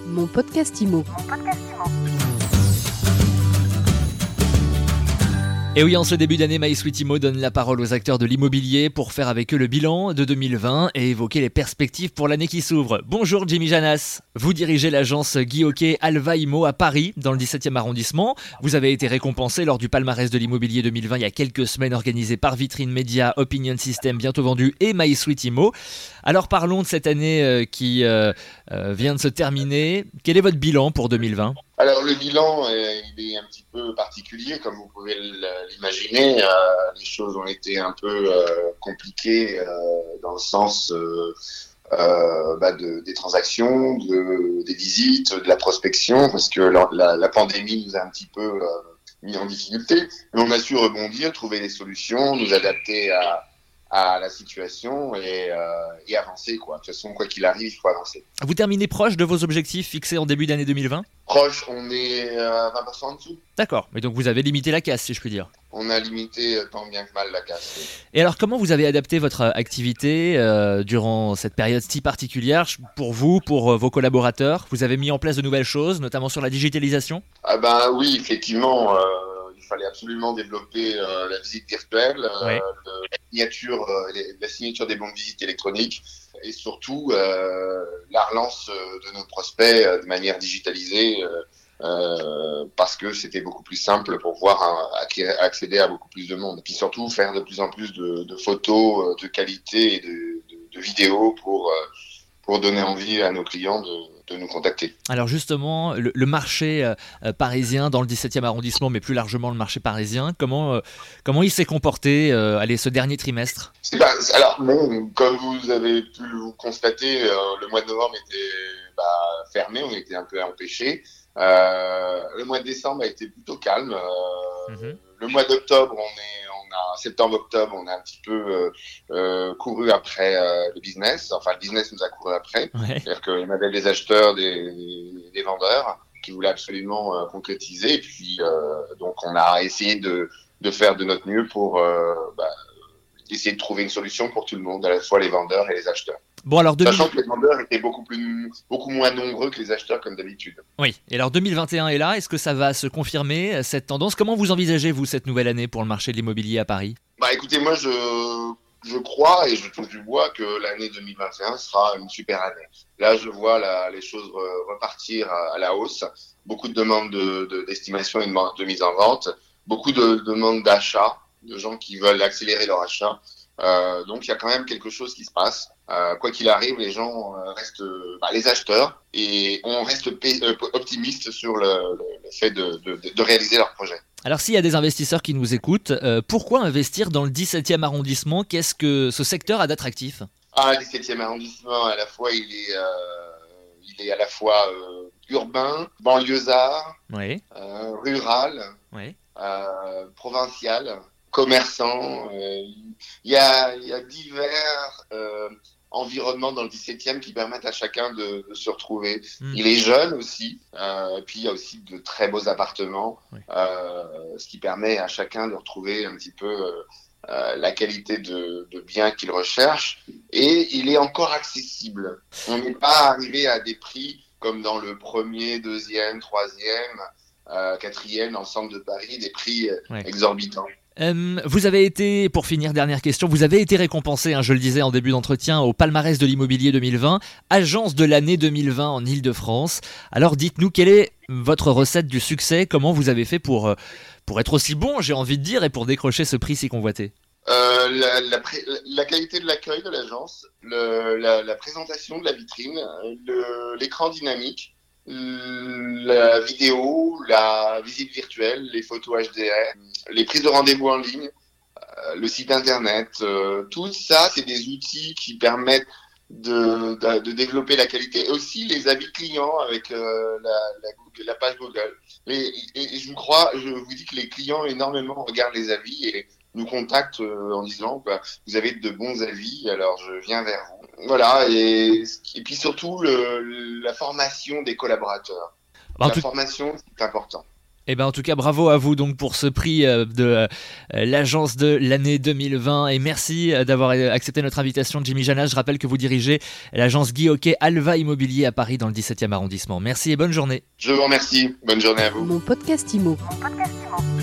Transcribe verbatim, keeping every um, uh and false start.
Mon podcast Imo. Et oui, en ce début d'année, MySuite donne la parole aux acteurs de l'immobilier pour faire avec eux le bilan de deux mille vingt et évoquer les perspectives pour l'année qui s'ouvre. Bonjour Jimmy Janas, vous dirigez l'agence Guy Hockey Alva Imo à Paris, dans le dix-septième arrondissement. Vous avez été récompensé lors du palmarès de l'immobilier deux mille vingt il y a quelques semaines, organisé par Vitrine Média, Opinion System, Bientôt Vendu et MySuite Imo. Alors parlons de cette année euh, qui euh, euh, vient de se terminer. Quel est votre bilan pour deux mille vingt ? Alors le bilan, euh, il est un petit peu particulier, comme vous pouvez l'imaginer. Euh, les choses ont été un peu euh, compliquées euh, dans le sens euh, euh, bah de, des transactions, de, des visites, de la prospection, parce que la, la, la pandémie nous a un petit peu euh, mis en difficulté. Mais on a su rebondir, trouver des solutions, nous adapter à à la situation et, euh, et avancer, quoi. De toute façon, quoi qu'il arrive, il faut avancer. Vous terminez proche de vos objectifs fixés en début d'année deux mille vingt ? Proche, on est à vingt pour cent en dessous. D'accord, mais donc vous avez limité la casse, si je puis dire. On a limité tant bien que mal la casse. Oui. Et alors, comment vous avez adapté votre activité euh, durant cette période si particulière pour vous, pour euh, vos collaborateurs ? Vous avez mis en place de nouvelles choses, notamment sur la digitalisation ? Ah ben oui, effectivement. Euh... Il fallait absolument développer euh, la visite virtuelle, euh, ouais. le, la, signature, euh, les, la signature des bons de visite électroniques et surtout euh, la relance de nos prospects euh, de manière digitalisée euh, euh, parce que c'était beaucoup plus simple pour pouvoir hein, accéder à beaucoup plus de monde. Et puis surtout faire de plus en plus de, de photos de qualité et de, de, de vidéos pour, euh, pour donner envie à nos clients de de nous contacter. Alors justement, le, le marché euh, parisien dans le dix-septième arrondissement, mais plus largement le marché parisien, comment, euh, comment il s'est comporté euh, allez, ce dernier trimestre ? C'est pas, alors bon, comme vous avez pu le constater, euh, le mois de novembre était bah, fermé, on était un peu empêchés. Euh, le mois de décembre a été plutôt calme. Euh, mm-hmm. Le mois d'octobre, on est, on a septembre-octobre, on a un petit peu euh, euh, couru après euh, le business. Enfin, le business nous a couru après. Ouais. C'est-à-dire qu'il y avait des acheteurs, des, des vendeurs qui voulaient absolument euh, concrétiser. Et puis, euh, donc, on a essayé de, de faire de notre mieux pour euh, bah, essayer de trouver une solution pour tout le monde, à la fois les vendeurs et les acheteurs. Bon, alors deux mille... Sachant que les vendeurs étaient beaucoup, plus, beaucoup moins nombreux que les acheteurs comme d'habitude. Oui, et alors deux mille vingt et un est là, est-ce que ça va se confirmer, cette tendance ? Comment vous envisagez, vous, cette nouvelle année pour le marché de l'immobilier à Paris ? Bah écoutez, moi je, je crois et je touche du bois que l'année deux mille vingt et un sera une super année. Là, je vois la, les choses repartir à, à la hausse. Beaucoup de demandes de, de, d'estimation et de, de mise en vente. Beaucoup de, de demandes d'achat, de gens qui veulent accélérer leur achat. Euh, donc il y a quand même quelque chose qui se passe. Euh, quoi qu'il arrive, les gens euh, restent, bah, les acheteurs, et on reste p- euh, optimiste sur le, le, le fait de, de, de réaliser leur projet. Alors s'il y a des investisseurs qui nous écoutent, euh, pourquoi investir dans le dix-septième arrondissement ? Qu'est-ce que ce secteur a d'attractif ? Ah, le dix-septième arrondissement, à la fois, il est, euh, il est à la fois euh, urbain, banlieusard, oui. euh, rural, oui. euh, provincial, commerçant. Euh, il y a, il y a divers euh, environnements dans le dix-septième qui permettent à chacun de, de se retrouver. Mmh. Il est jeune aussi, euh, puis il y a aussi de très beaux appartements, oui. euh, ce qui permet à chacun de retrouver un petit peu euh, la qualité de, de bien qu'il recherche. Et il est encore accessible. On n'est pas arrivé à des prix comme dans le premier, deuxième, troisième, euh, quatrième, dans le centre de Paris, des prix oui. exorbitants. Euh, vous avez été, pour finir, dernière question, vous avez été récompensé, hein, je le disais en début d'entretien, au palmarès de l'immobilier deux mille vingt, agence de l'année deux mille vingt en Île-de-France. Alors dites-nous, quelle est votre recette du succès ? Comment vous avez fait pour, pour être aussi bon, j'ai envie de dire, et pour décrocher ce prix si convoité ? euh, la, la, la qualité de l'accueil de l'agence, le, la, la présentation de la vitrine, le, l'écran dynamique, la vidéo, la visite virtuelle, les photos H D R, les prises de rendez-vous en ligne, euh, le site internet, euh, tout ça, c'est des outils qui permettent de, de, de développer la qualité, et aussi les avis clients avec euh, la, la, Google, la page Google. Et, et, et je vous crois, je vous dis que les clients énormément regardent les avis et nous contactent euh, en disant bah, vous avez de bons avis, alors je viens vers vous. Voilà, et, et puis surtout le, la formation des collaborateurs. Bah, la tout... formation, c'est important. Eh ben, en tout cas, bravo à vous donc pour ce prix de euh, l'agence de l'année deux mille vingt et merci d'avoir accepté notre invitation, Jimmy Janas. Je rappelle que vous dirigez l'agence Guy Hockey Alva Immobilier à Paris dans le dix-septième arrondissement. Merci et bonne journée. Je vous remercie. Bonne journée à vous. Mon podcast Immo. Mon podcast Immo.